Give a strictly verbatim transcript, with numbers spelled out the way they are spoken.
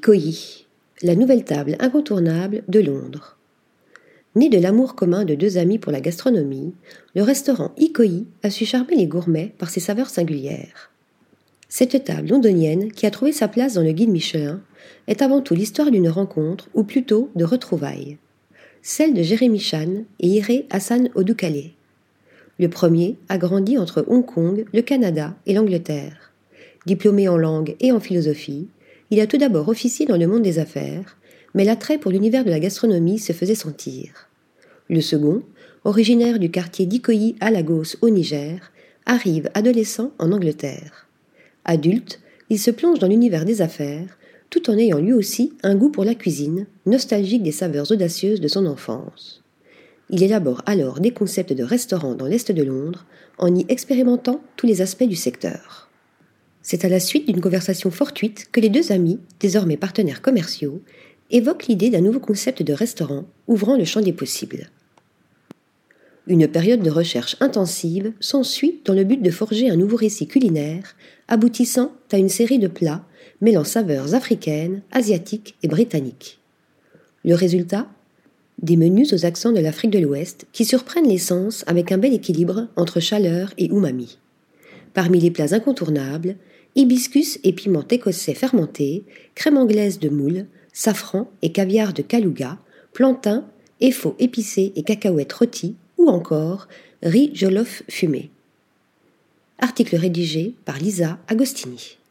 Icoi, la nouvelle table incontournable de Londres. Né de l'amour commun de deux amis pour la gastronomie, le restaurant Icoi a su charmer les gourmets par ses saveurs singulières. Cette table londonienne, qui a trouvé sa place dans le guide Michelin, est avant tout l'histoire d'une rencontre, ou plutôt de retrouvailles. Celle de Jérémy Chan et Iré Hassan Odoukale. Le premier a grandi entre Hong Kong, le Canada et l'Angleterre. Diplômé en langue et en philosophie, il a tout d'abord officié dans le monde des affaires, mais l'attrait pour l'univers de la gastronomie se faisait sentir. Le second, originaire du quartier d'Ikoyi à Lagos au Niger, arrive adolescent en Angleterre. Adulte, il se plonge dans l'univers des affaires, tout en ayant lui aussi un goût pour la cuisine, nostalgique des saveurs audacieuses de son enfance. Il élabore alors des concepts de restaurants dans l'Est de Londres, en y expérimentant tous les aspects du secteur. C'est à la suite d'une conversation fortuite que les deux amis, désormais partenaires commerciaux, évoquent l'idée d'un nouveau concept de restaurant ouvrant le champ des possibles. Une période de recherche intensive s'ensuit dans le but de forger un nouveau récit culinaire, aboutissant à une série de plats mêlant saveurs africaines, asiatiques et britanniques. Le résultat ? Des menus aux accents de l'Afrique de l'Ouest qui surprennent les sens avec un bel équilibre entre chaleur et umami. Parmi les plats incontournables, hibiscus et piment écossais fermentés, crème anglaise de moule, safran et caviar de Kalouga, plantain, effaut épicé et cacahuètes rôties, ou encore riz jollof fumé. Article rédigé par Lisa Agostini.